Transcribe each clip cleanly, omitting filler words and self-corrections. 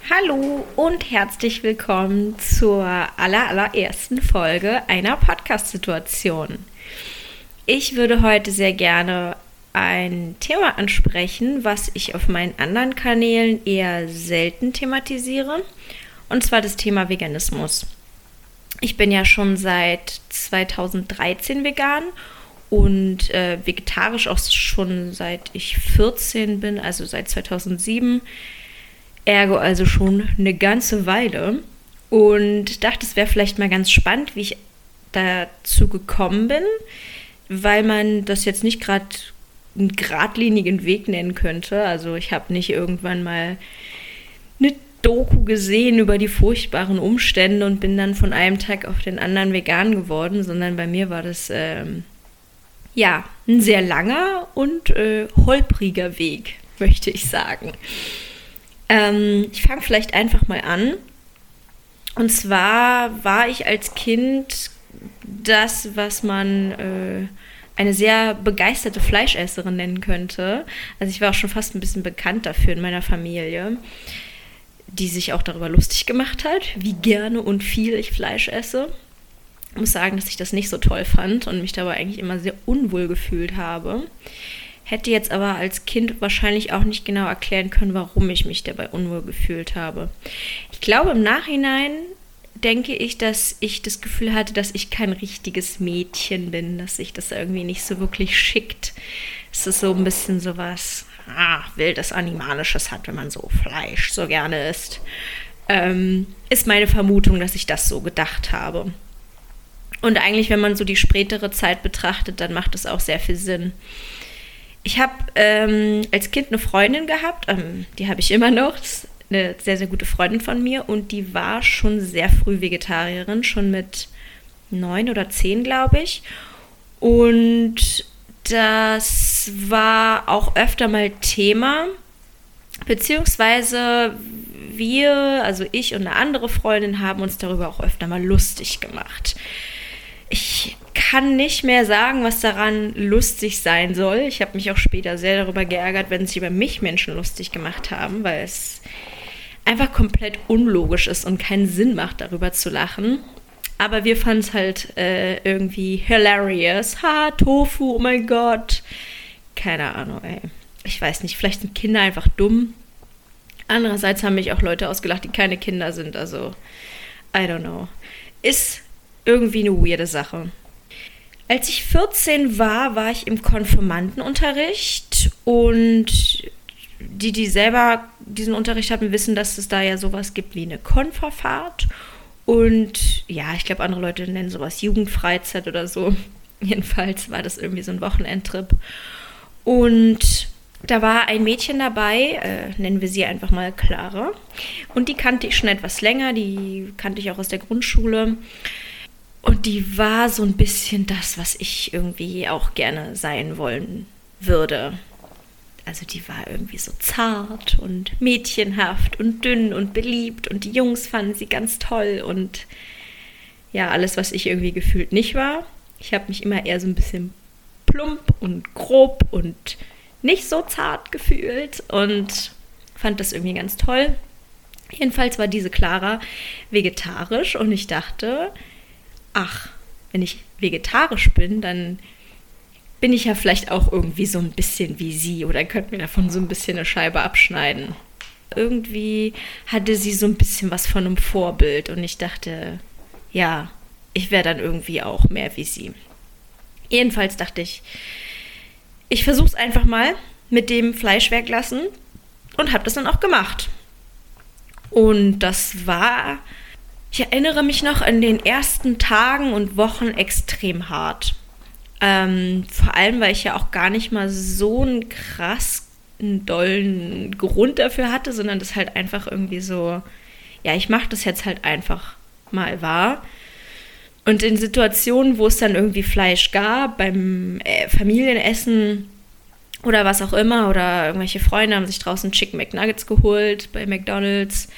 Hallo und herzlich willkommen zur allerersten Folge einer Podcast-Situation. Ich würde heute sehr gerne ein Thema ansprechen, was ich auf meinen anderen Kanälen eher selten thematisiere, und zwar das Thema Veganismus. Ich bin ja schon seit 2013 vegan und vegetarisch auch schon seit ich 14 bin, also seit 2007. Ergo also schon eine ganze Weile, und dachte, es wäre vielleicht mal ganz spannend, wie ich dazu gekommen bin, weil man das jetzt nicht gerade einen geradlinigen Weg nennen könnte. Also ich habe nicht irgendwann mal eine Doku gesehen über die furchtbaren Umstände und bin dann von einem Tag auf den anderen vegan geworden, sondern bei mir war das ein sehr langer und holpriger Weg, möchte ich sagen. Ich fange vielleicht einfach mal an. Und zwar war ich als Kind das, was man eine sehr begeisterte Fleischesserin nennen könnte. Also ich war auch schon fast ein bisschen bekannt dafür in meiner Familie, die sich auch darüber lustig gemacht hat, wie gerne und viel ich Fleisch esse. Ich muss sagen, dass ich das nicht so toll fand und mich dabei eigentlich immer sehr unwohl gefühlt habe. Hätte jetzt aber als Kind wahrscheinlich auch nicht genau erklären können, warum ich mich dabei unwohl gefühlt habe. Ich glaube, im Nachhinein denke ich, dass ich das Gefühl hatte, dass ich kein richtiges Mädchen bin, dass sich das irgendwie nicht so wirklich schickt. Es ist so ein bisschen sowas wildes Animalisches hat, wenn man so Fleisch so gerne isst. Ist meine Vermutung, dass ich das so gedacht habe. Und eigentlich, wenn man so die spätere Zeit betrachtet, dann macht es auch sehr viel Sinn. Ich habe als Kind eine Freundin gehabt, die habe ich immer noch, das ist eine sehr, sehr gute Freundin von mir, und die war schon sehr früh Vegetarierin, schon mit 9 oder 10, glaube ich. Und das war auch öfter mal Thema, beziehungsweise wir, also ich und eine andere Freundin, haben uns darüber auch öfter mal lustig gemacht. Ich kann nicht mehr sagen, was daran lustig sein soll. Ich habe mich auch später sehr darüber geärgert, wenn sich über mich Menschen lustig gemacht haben, weil es einfach komplett unlogisch ist und keinen Sinn macht, darüber zu lachen. Aber wir fanden es halt irgendwie hilarious. Ha, Tofu, oh mein Gott. Keine Ahnung, ey. Ich weiß nicht, vielleicht sind Kinder einfach dumm. Andererseits haben mich auch Leute ausgelacht, die keine Kinder sind. Also, I don't know. Ist irgendwie eine weirde Sache. Als ich 14 war ich im Konfirmandenunterricht, und die selber diesen Unterricht hatten, wissen, dass es da ja sowas gibt wie eine Konferfahrt. Und ja, ich glaube, andere Leute nennen sowas Jugendfreizeit oder so. Jedenfalls war das irgendwie so ein Wochenendtrip. Und da war ein Mädchen dabei, nennen wir sie einfach mal Clara. Und die kannte ich schon etwas länger, die kannte ich auch aus der Grundschule. Und die war so ein bisschen das, was ich irgendwie auch gerne sein wollen würde. Also die war irgendwie so zart und mädchenhaft und dünn und beliebt, und die Jungs fanden sie ganz toll und ja, alles, was ich irgendwie gefühlt nicht war. Ich habe mich immer eher so ein bisschen plump und grob und nicht so zart gefühlt und fand das irgendwie ganz toll. Jedenfalls war diese Clara vegetarisch, und ich dachte, ach, wenn ich vegetarisch bin, dann bin ich ja vielleicht auch irgendwie so ein bisschen wie sie, oder könnte mir davon so ein bisschen eine Scheibe abschneiden. Irgendwie hatte sie so ein bisschen was von einem Vorbild, und ich dachte, ja, ich wäre dann irgendwie auch mehr wie sie. Jedenfalls dachte ich, ich versuche es einfach mal mit dem Fleisch weglassen, und habe das dann auch gemacht. Und das war, ich erinnere mich noch an den ersten Tagen und Wochen extrem hart. Vor allem, weil ich ja auch gar nicht mal so einen krass dollen Grund dafür hatte, sondern das halt einfach irgendwie so, ja, ich mache das jetzt halt einfach mal war. Und in Situationen, wo es dann irgendwie Fleisch gab, beim Familienessen oder was auch immer, oder irgendwelche Freunde haben sich draußen Chicken McNuggets geholt bei McDonald's,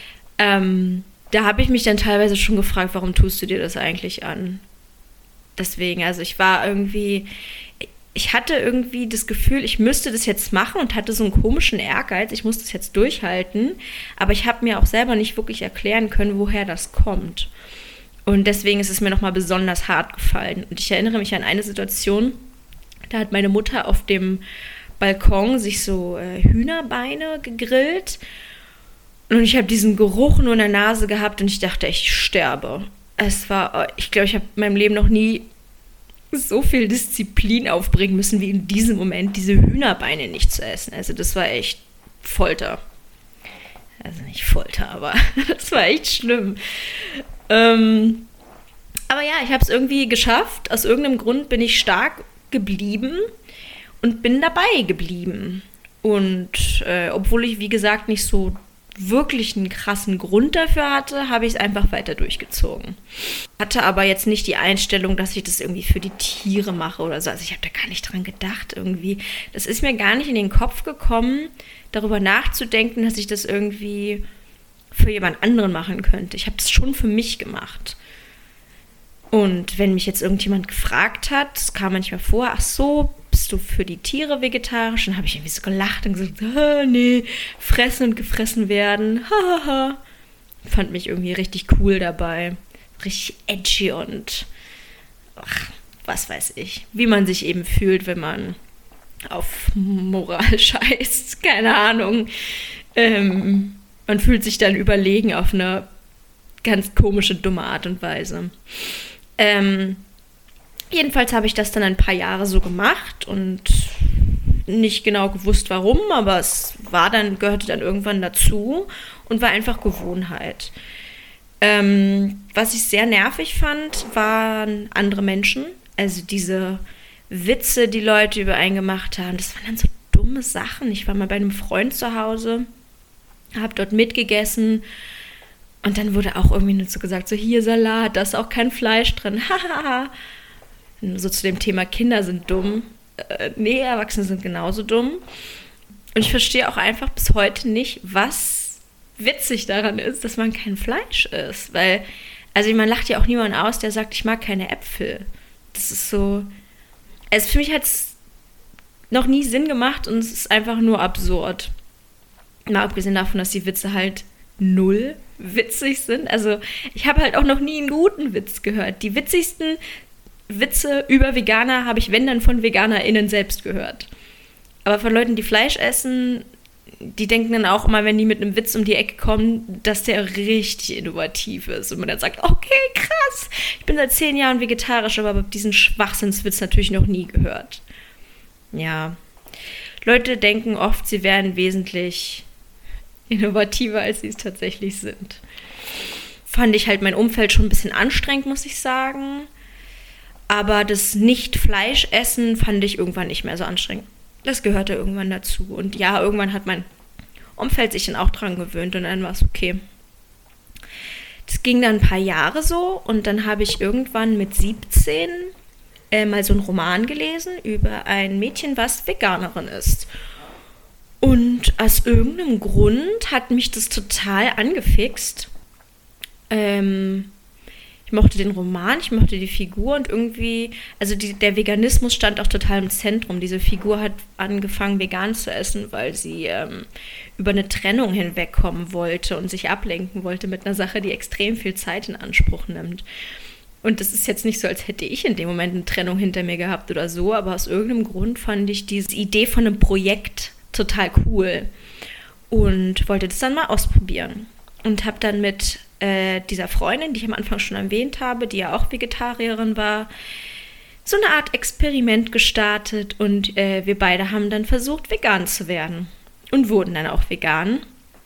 da habe ich mich dann teilweise schon gefragt, warum tust du dir das eigentlich an? Deswegen, also ich war irgendwie, ich hatte irgendwie das Gefühl, ich müsste das jetzt machen und hatte so einen komischen Ehrgeiz, ich muss das jetzt durchhalten, aber ich habe mir auch selber nicht wirklich erklären können, woher das kommt. Und deswegen ist es mir nochmal besonders hart gefallen. Und ich erinnere mich an eine Situation, da hat meine Mutter auf dem Balkon sich so Hühnerbeine gegrillt und ich habe diesen Geruch nur in der Nase gehabt und ich dachte, ich sterbe. Ich glaube, ich habe in meinem Leben noch nie so viel Disziplin aufbringen müssen, wie in diesem Moment, diese Hühnerbeine nicht zu essen. Also das war echt Folter. Also nicht Folter, aber das war echt schlimm. Aber ja, ich habe es irgendwie geschafft. Aus irgendeinem Grund bin ich stark geblieben und bin dabei geblieben. Und obwohl ich, wie gesagt, nicht so wirklich einen krassen Grund dafür hatte, habe ich es einfach weiter durchgezogen. Hatte aber jetzt nicht die Einstellung, dass ich das irgendwie für die Tiere mache oder so. Also ich habe da gar nicht dran gedacht irgendwie. Das ist mir gar nicht in den Kopf gekommen, darüber nachzudenken, dass ich das irgendwie für jemand anderen machen könnte. Ich habe das schon für mich gemacht. Und wenn mich jetzt irgendjemand gefragt hat, das kam manchmal vor, ach so, bist du für die Tiere vegetarisch? Dann habe ich irgendwie so gelacht und gesagt, nee, fressen und gefressen werden. Hahaha. Fand mich irgendwie richtig cool dabei. Richtig edgy und was weiß ich. Wie man sich eben fühlt, wenn man auf Moral scheißt. Keine Ahnung. Man fühlt sich dann überlegen auf eine ganz komische, dumme Art und Weise. Jedenfalls habe ich das dann ein paar Jahre so gemacht und nicht genau gewusst, warum, aber es gehörte dann irgendwann dazu und war einfach Gewohnheit. Was ich sehr nervig fand, waren andere Menschen. Also diese Witze, die Leute über einen gemacht haben, das waren dann so dumme Sachen. Ich war mal bei einem Freund zu Hause, habe dort mitgegessen und dann wurde auch irgendwie nur so gesagt, so hier Salat, da ist auch kein Fleisch drin, hahaha. So zu dem Thema Kinder sind dumm. Nee, Erwachsene sind genauso dumm. Und ich verstehe auch einfach bis heute nicht, was witzig daran ist, dass man kein Fleisch isst. Weil, also man lacht ja auch niemanden aus, der sagt, ich mag keine Äpfel. Das ist so, also für mich hat es noch nie Sinn gemacht und es ist einfach nur absurd. Mal abgesehen davon, dass die Witze halt null witzig sind. Also ich habe halt auch noch nie einen guten Witz gehört. Die witzigsten Witze über Veganer habe ich, wenn dann, von VeganerInnen selbst gehört. Aber von Leuten, die Fleisch essen, die denken dann auch immer, wenn die mit einem Witz um die Ecke kommen, dass der richtig innovativ ist. Und man dann sagt, okay, krass, ich bin seit 10 Jahren vegetarisch, aber habe diesen Schwachsinnswitz natürlich noch nie gehört. Ja, Leute denken oft, sie wären wesentlich innovativer, als sie es tatsächlich sind. Fand ich halt mein Umfeld schon ein bisschen anstrengend, muss ich sagen. Aber das Nicht-Fleisch-Essen fand ich irgendwann nicht mehr so anstrengend. Das gehörte irgendwann dazu. Und ja, irgendwann hat mein Umfeld sich dann auch dran gewöhnt und dann war es okay. Das ging dann ein paar Jahre so und dann habe ich irgendwann mit 17 mal so einen Roman gelesen über ein Mädchen, was Veganerin ist. Und aus irgendeinem Grund hat mich das total angefixt. Ich mochte den Roman, ich mochte die Figur und irgendwie, also der Veganismus stand auch total im Zentrum. Diese Figur hat angefangen, vegan zu essen, weil sie über eine Trennung hinwegkommen wollte und sich ablenken wollte mit einer Sache, die extrem viel Zeit in Anspruch nimmt. Und das ist jetzt nicht so, als hätte ich in dem Moment eine Trennung hinter mir gehabt oder so, aber aus irgendeinem Grund fand ich diese Idee von einem Projekt total cool und wollte das dann mal ausprobieren. Und habe dann mit dieser Freundin, die ich am Anfang schon erwähnt habe, die ja auch Vegetarierin war, so eine Art Experiment gestartet und wir beide haben dann versucht, vegan zu werden und wurden dann auch vegan.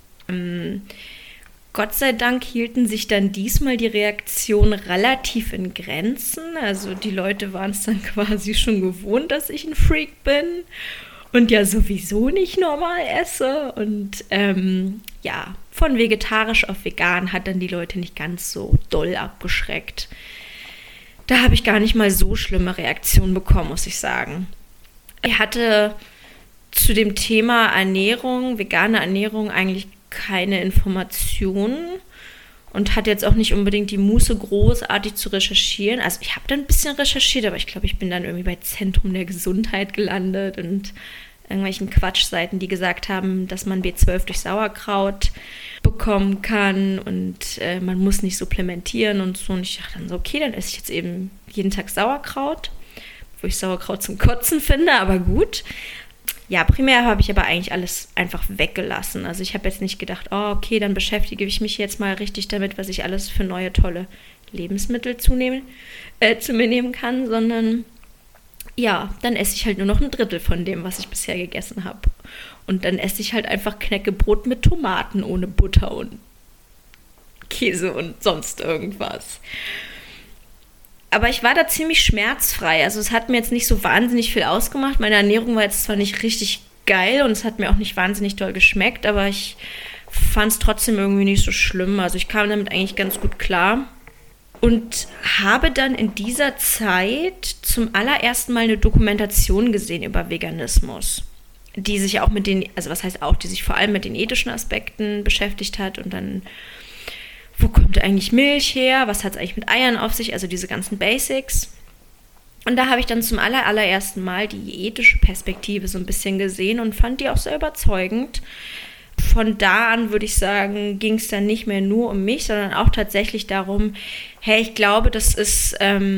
Gott sei Dank hielten sich dann diesmal die Reaktionen relativ in Grenzen. Also die Leute waren es dann quasi schon gewohnt, dass ich ein Freak bin und ja sowieso nicht normal esse. Und ja, von vegetarisch auf vegan hat dann die Leute nicht ganz so doll abgeschreckt. Da habe ich gar nicht mal so schlimme Reaktionen bekommen, muss ich sagen. Ich hatte zu dem Thema Ernährung, vegane Ernährung, eigentlich keine Informationen und hatte jetzt auch nicht unbedingt die Muße, großartig zu recherchieren. Also ich habe dann ein bisschen recherchiert, aber ich glaube, ich bin dann irgendwie bei Zentrum der Gesundheit gelandet und irgendwelchen Quatschseiten, die gesagt haben, dass man B12 durch Sauerkraut bekommen kann und man muss nicht supplementieren und so. Und ich dachte dann so, okay, dann esse ich jetzt eben jeden Tag Sauerkraut, wo ich Sauerkraut zum Kotzen finde, aber gut. Ja, primär habe ich aber eigentlich alles einfach weggelassen. Also ich habe jetzt nicht gedacht, oh, okay, dann beschäftige ich mich jetzt mal richtig damit, was ich alles für neue, tolle Lebensmittel zu mir nehmen kann, sondern ja, dann esse ich halt nur noch ein Drittel von dem, was ich bisher gegessen habe. Und dann esse ich halt einfach Knäckebrot mit Tomaten ohne Butter und Käse und sonst irgendwas. Aber ich war da ziemlich schmerzfrei. Also es hat mir jetzt nicht so wahnsinnig viel ausgemacht. Meine Ernährung war jetzt zwar nicht richtig geil und es hat mir auch nicht wahnsinnig doll geschmeckt, aber ich fand es trotzdem irgendwie nicht so schlimm. Also ich kam damit eigentlich ganz gut klar. Und habe dann in dieser Zeit zum allerersten Mal eine Dokumentation gesehen über Veganismus, die sich auch mit den, also was heißt auch, die sich vor allem mit den ethischen Aspekten beschäftigt hat und dann, wo kommt eigentlich Milch her, was hat es eigentlich mit Eiern auf sich, also diese ganzen Basics. Und da habe ich dann zum allerersten Mal die ethische Perspektive so ein bisschen gesehen und fand die auch sehr überzeugend. Von da an, würde ich sagen, ging es dann nicht mehr nur um mich, sondern auch tatsächlich darum, hey, ich glaube, das ist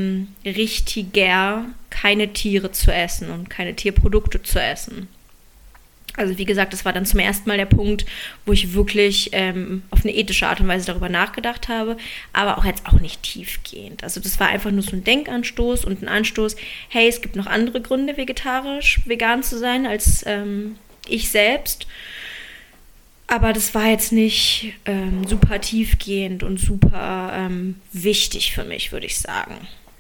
richtiger, keine Tiere zu essen und keine Tierprodukte zu essen. Also wie gesagt, das war dann zum ersten Mal der Punkt, wo ich wirklich auf eine ethische Art und Weise darüber nachgedacht habe, aber auch jetzt auch nicht tiefgehend. Also das war einfach nur so ein Denkanstoß und ein Anstoß, hey, es gibt noch andere Gründe, vegetarisch, vegan zu sein, als ich selbst. Aber das war jetzt nicht super tiefgehend und super wichtig für mich, würde ich sagen.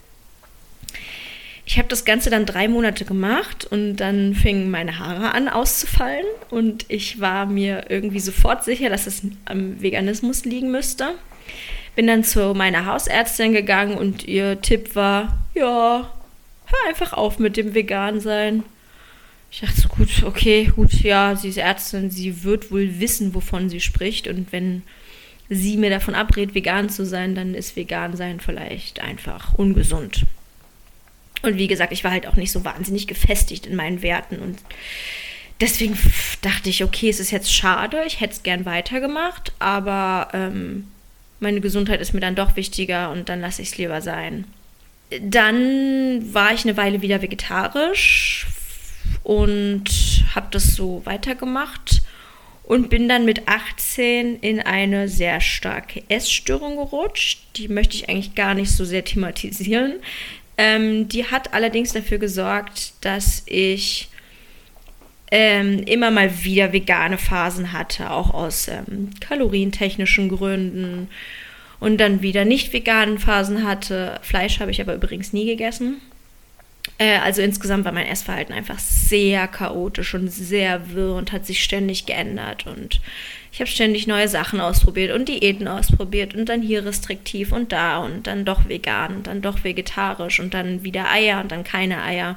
Ich habe das Ganze dann 3 Monate gemacht und dann fingen meine Haare an auszufallen. Und ich war mir irgendwie sofort sicher, dass es am Veganismus liegen müsste. Bin dann zu meiner Hausärztin gegangen und ihr Tipp war, ja, hör einfach auf mit dem Vegan-Sein. Ich dachte so, gut, okay, gut, ja, sie ist Ärztin, sie wird wohl wissen, wovon sie spricht. Und wenn sie mir davon abrät, vegan zu sein, dann ist vegan sein vielleicht einfach ungesund. Und wie gesagt, ich war halt auch nicht so wahnsinnig gefestigt in meinen Werten. Und deswegen dachte ich, okay, es ist jetzt schade, ich hätte es gern weitergemacht, aber meine Gesundheit ist mir dann doch wichtiger und dann lasse ich es lieber sein. Dann war ich eine Weile wieder vegetarisch und habe das so weitergemacht und bin dann mit 18 in eine sehr starke Essstörung gerutscht. Die möchte ich eigentlich gar nicht so sehr thematisieren. Die hat allerdings dafür gesorgt, dass ich immer mal wieder vegane Phasen hatte, auch aus kalorientechnischen Gründen und dann wieder nicht veganen Phasen hatte. Fleisch habe ich aber übrigens nie gegessen. Also insgesamt war mein Essverhalten einfach sehr chaotisch und sehr wirr und hat sich ständig geändert und ich habe ständig neue Sachen ausprobiert und Diäten ausprobiert und dann hier restriktiv und dann doch vegan und dann doch vegetarisch und dann wieder Eier und dann keine Eier.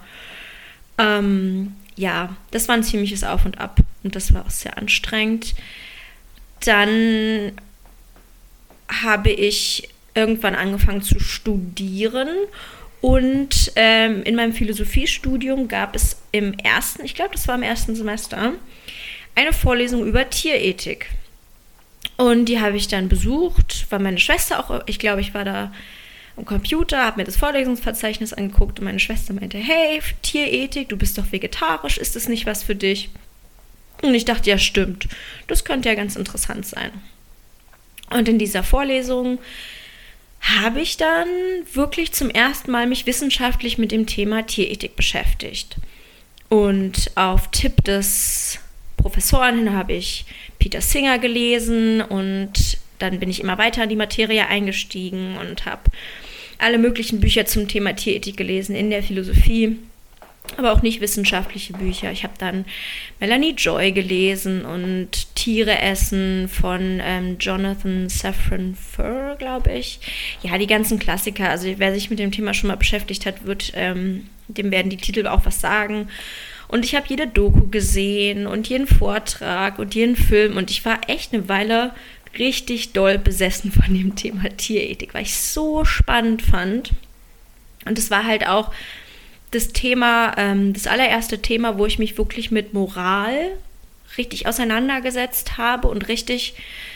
Ja, das war ein ziemliches Auf und Ab und das war auch sehr anstrengend. Dann habe ich irgendwann angefangen zu studieren und in meinem Philosophiestudium gab es ich glaube, das war im ersten Semester, eine Vorlesung über Tierethik. Und die habe ich dann besucht, war meine Schwester auch, ich glaube, ich war da am Computer, habe mir das Vorlesungsverzeichnis angeguckt und meine Schwester meinte, hey, Tierethik, du bist doch vegetarisch, ist das nicht was für dich? Und ich dachte, ja stimmt, das könnte ja ganz interessant sein. Und in dieser Vorlesung habe ich dann wirklich zum ersten Mal mich wissenschaftlich mit dem Thema Tierethik beschäftigt. Und auf Tipp des Professoren hin habe ich Peter Singer gelesen und dann bin ich immer weiter in die Materie eingestiegen und habe alle möglichen Bücher zum Thema Tierethik gelesen in der Philosophie, aber auch nicht wissenschaftliche Bücher. Ich habe dann Melanie Joy gelesen und Tiere essen von Jonathan Safran Foer, glaube ich. Ja, die ganzen Klassiker. Also wer sich mit dem Thema schon mal beschäftigt hat, dem werden die Titel auch was sagen. Und ich habe jede Doku gesehen und jeden Vortrag und jeden Film und ich war echt eine Weile richtig doll besessen von dem Thema Tierethik, weil ich es so spannend fand. Und es war halt auch das Thema, das allererste Thema, wo ich mich wirklich mit Moral richtig auseinandergesetzt habe und richtig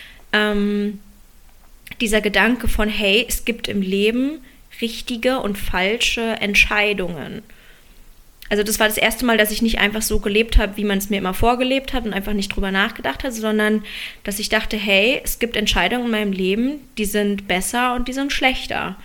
dieser Gedanke von, hey, es gibt im Leben richtige und falsche Entscheidungen. Also das war das erste Mal, dass ich nicht einfach so gelebt habe, wie man es mir immer vorgelebt hat und einfach nicht drüber nachgedacht hat, sondern dass ich dachte, hey, es gibt Entscheidungen in meinem Leben, die sind besser und die sind schlechter.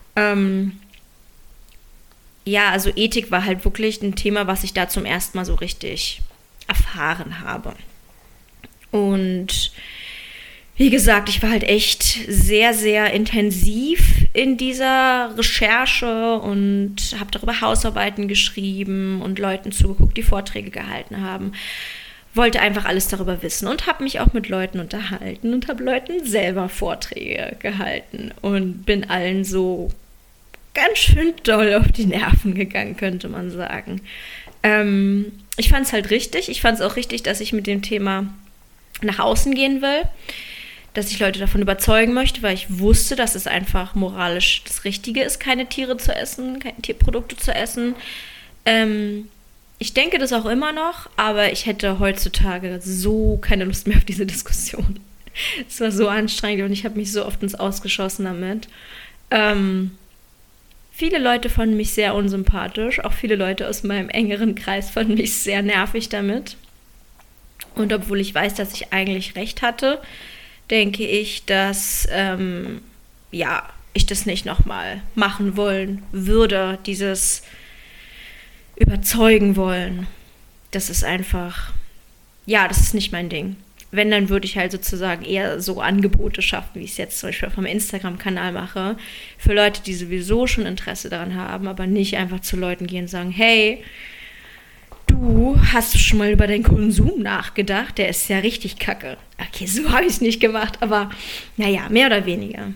Ja, also Ethik war halt wirklich ein Thema, was ich da zum ersten Mal so richtig erfahren habe. Und wie gesagt, ich war halt echt sehr, sehr intensiv in dieser Recherche und habe darüber Hausarbeiten geschrieben und Leuten zugeguckt, die Vorträge gehalten haben. Wollte einfach alles darüber wissen und habe mich auch mit Leuten unterhalten und habe Leuten selber Vorträge gehalten und bin allen so ganz schön doll auf die Nerven gegangen, könnte man sagen. Ich fand es halt richtig. Ich fand es auch richtig, dass ich mit dem Thema nach außen gehen will, dass ich Leute davon überzeugen möchte, weil ich wusste, dass es einfach moralisch das Richtige ist, keine Tiere zu essen, keine Tierprodukte zu essen. Ich denke das auch immer noch, aber ich hätte heutzutage so keine Lust mehr auf diese Diskussion. Es war so anstrengend und ich habe mich so oft ins Ausgeschossen damit. Viele Leute fanden mich sehr unsympathisch, auch viele Leute aus meinem engeren Kreis fanden mich sehr nervig damit. Und obwohl ich weiß, dass ich eigentlich recht hatte, denke ich, dass ich das nicht nochmal machen wollen würde, dieses überzeugen wollen. Das ist einfach, das ist nicht mein Ding. Wenn, dann würde ich halt sozusagen eher so Angebote schaffen, wie ich es jetzt zum Beispiel auf meinem Instagram-Kanal mache, für Leute, die sowieso schon Interesse daran haben, aber nicht einfach zu Leuten gehen und sagen, hey, du, hast du schon mal über deinen Konsum nachgedacht? Der ist ja richtig kacke. Okay, so habe ich es nicht gemacht, aber naja, mehr oder weniger.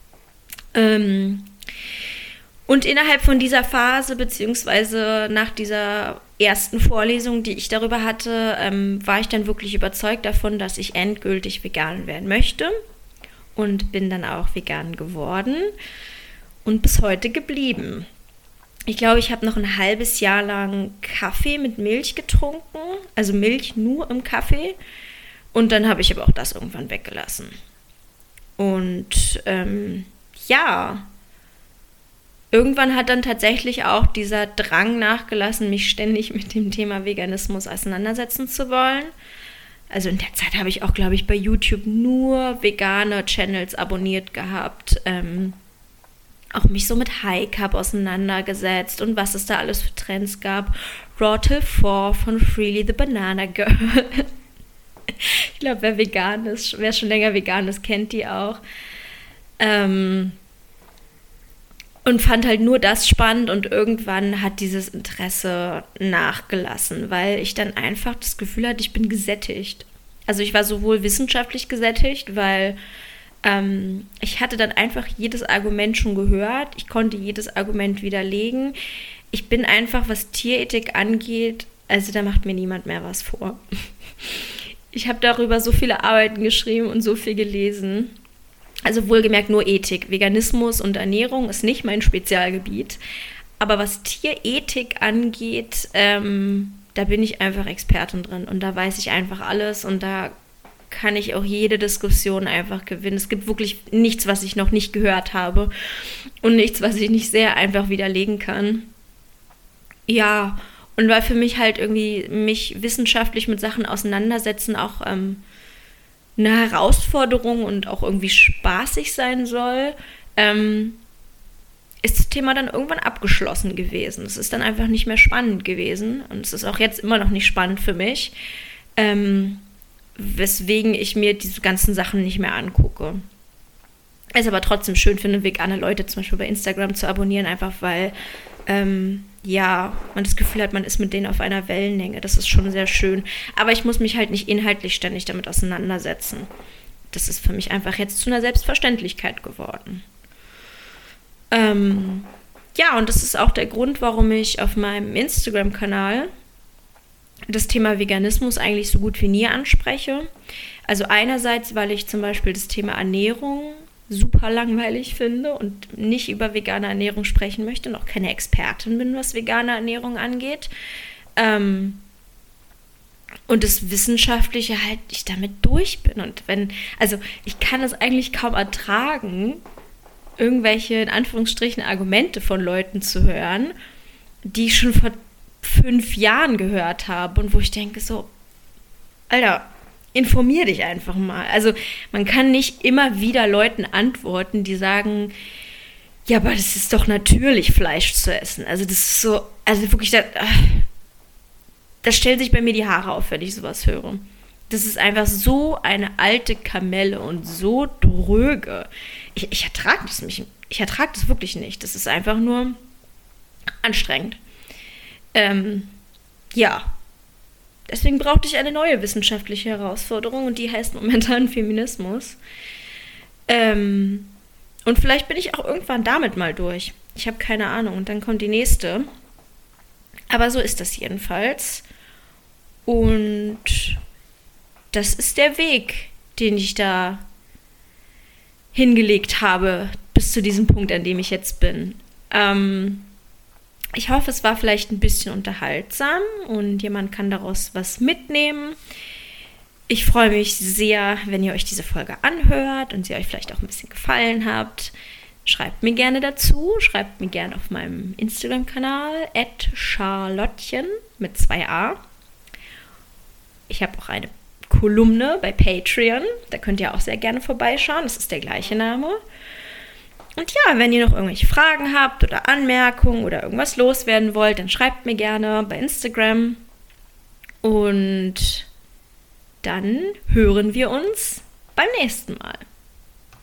Und innerhalb von dieser Phase, beziehungsweise nach dieser ersten Vorlesung, die ich darüber hatte, war ich dann wirklich überzeugt davon, dass ich endgültig vegan werden möchte und bin dann auch vegan geworden und bis heute geblieben. Ich glaube, ich habe noch ein halbes Jahr lang Kaffee mit Milch getrunken, also Milch nur im Kaffee. Und dann habe ich aber auch das irgendwann weggelassen. Und irgendwann hat dann tatsächlich auch dieser Drang nachgelassen, mich ständig mit dem Thema Veganismus auseinandersetzen zu wollen. Also in der Zeit habe ich auch, glaube ich, bei YouTube nur vegane Channels abonniert gehabt, auch mich so mit High Carb auseinandergesetzt und was es da alles für Trends gab. Raw Till 4 von Freely the Banana Girl. Ich glaube, wer schon länger vegan ist, kennt die auch. Und fand halt nur das spannend und irgendwann hat dieses Interesse nachgelassen, weil ich dann einfach das Gefühl hatte, ich bin gesättigt. Also ich war sowohl wissenschaftlich gesättigt, weil ich hatte dann einfach jedes Argument schon gehört. Ich konnte jedes Argument widerlegen. Ich bin einfach, was Tierethik angeht, also da macht mir niemand mehr was vor. Ich habe darüber so viele Arbeiten geschrieben und so viel gelesen. Also wohlgemerkt nur Ethik. Veganismus und Ernährung ist nicht mein Spezialgebiet. Aber was Tierethik angeht, da bin ich einfach Expertin drin. Und da weiß ich einfach alles und da kann ich auch jede Diskussion einfach gewinnen. Es gibt wirklich nichts, was ich noch nicht gehört habe und nichts, was ich nicht sehr einfach widerlegen kann. Ja, und weil für mich halt irgendwie mich wissenschaftlich mit Sachen auseinandersetzen auch eine Herausforderung und auch irgendwie spaßig sein soll, ist das Thema dann irgendwann abgeschlossen gewesen. Es ist dann einfach nicht mehr spannend gewesen und es ist auch jetzt immer noch nicht spannend für mich, weswegen ich mir diese ganzen Sachen nicht mehr angucke. Es ist aber trotzdem schön finde, vegane Leute zum Beispiel bei Instagram zu abonnieren, einfach weil man das Gefühl hat, man ist mit denen auf einer Wellenlänge. Das ist schon sehr schön. Aber ich muss mich halt nicht inhaltlich ständig damit auseinandersetzen. Das ist für mich einfach jetzt zu einer Selbstverständlichkeit geworden. Und das ist auch der Grund, warum ich auf meinem Instagram-Kanal das Thema Veganismus eigentlich so gut wie nie anspreche. Also einerseits, weil ich zum Beispiel das Thema Ernährung super langweilig finde und nicht über vegane Ernährung sprechen möchte und auch keine Expertin bin, was vegane Ernährung angeht. Und das Wissenschaftliche halt, ich damit durch bin. Und ich kann es eigentlich kaum ertragen, irgendwelche, in Anführungsstrichen, Argumente von Leuten zu hören, die ich schon vor 5 Jahren gehört habe und wo ich denke so, Alter, informier dich einfach mal. Also man kann nicht immer wieder Leuten antworten, die sagen, ja, aber das ist doch natürlich, Fleisch zu essen. Also das ist so, also wirklich, da stellen sich bei mir die Haare auf, wenn ich sowas höre. Das ist einfach so eine alte Kamelle und so dröge. Ich ertrage das nicht. Ich ertrage das wirklich nicht. Das ist einfach nur anstrengend. Ja. Deswegen brauchte ich eine neue wissenschaftliche Herausforderung und die heißt momentan Feminismus. Und vielleicht bin ich auch irgendwann damit mal durch. Ich habe keine Ahnung. Und dann kommt die nächste. Aber so ist das jedenfalls. Und das ist der Weg, den ich da hingelegt habe, bis zu diesem Punkt, an dem ich jetzt bin. Ich hoffe, es war vielleicht ein bisschen unterhaltsam und jemand kann daraus was mitnehmen. Ich freue mich sehr, wenn ihr euch diese Folge anhört und sie euch vielleicht auch ein bisschen gefallen hat. Schreibt mir gerne dazu. Schreibt mir gerne auf meinem Instagram-Kanal @charlottchen mit 2a. Ich habe auch eine Kolumne bei Patreon. Da könnt ihr auch sehr gerne vorbeischauen. Das ist der gleiche Name. Und ja, wenn ihr noch irgendwelche Fragen habt oder Anmerkungen oder irgendwas loswerden wollt, dann schreibt mir gerne bei Instagram. Und dann hören wir uns beim nächsten Mal.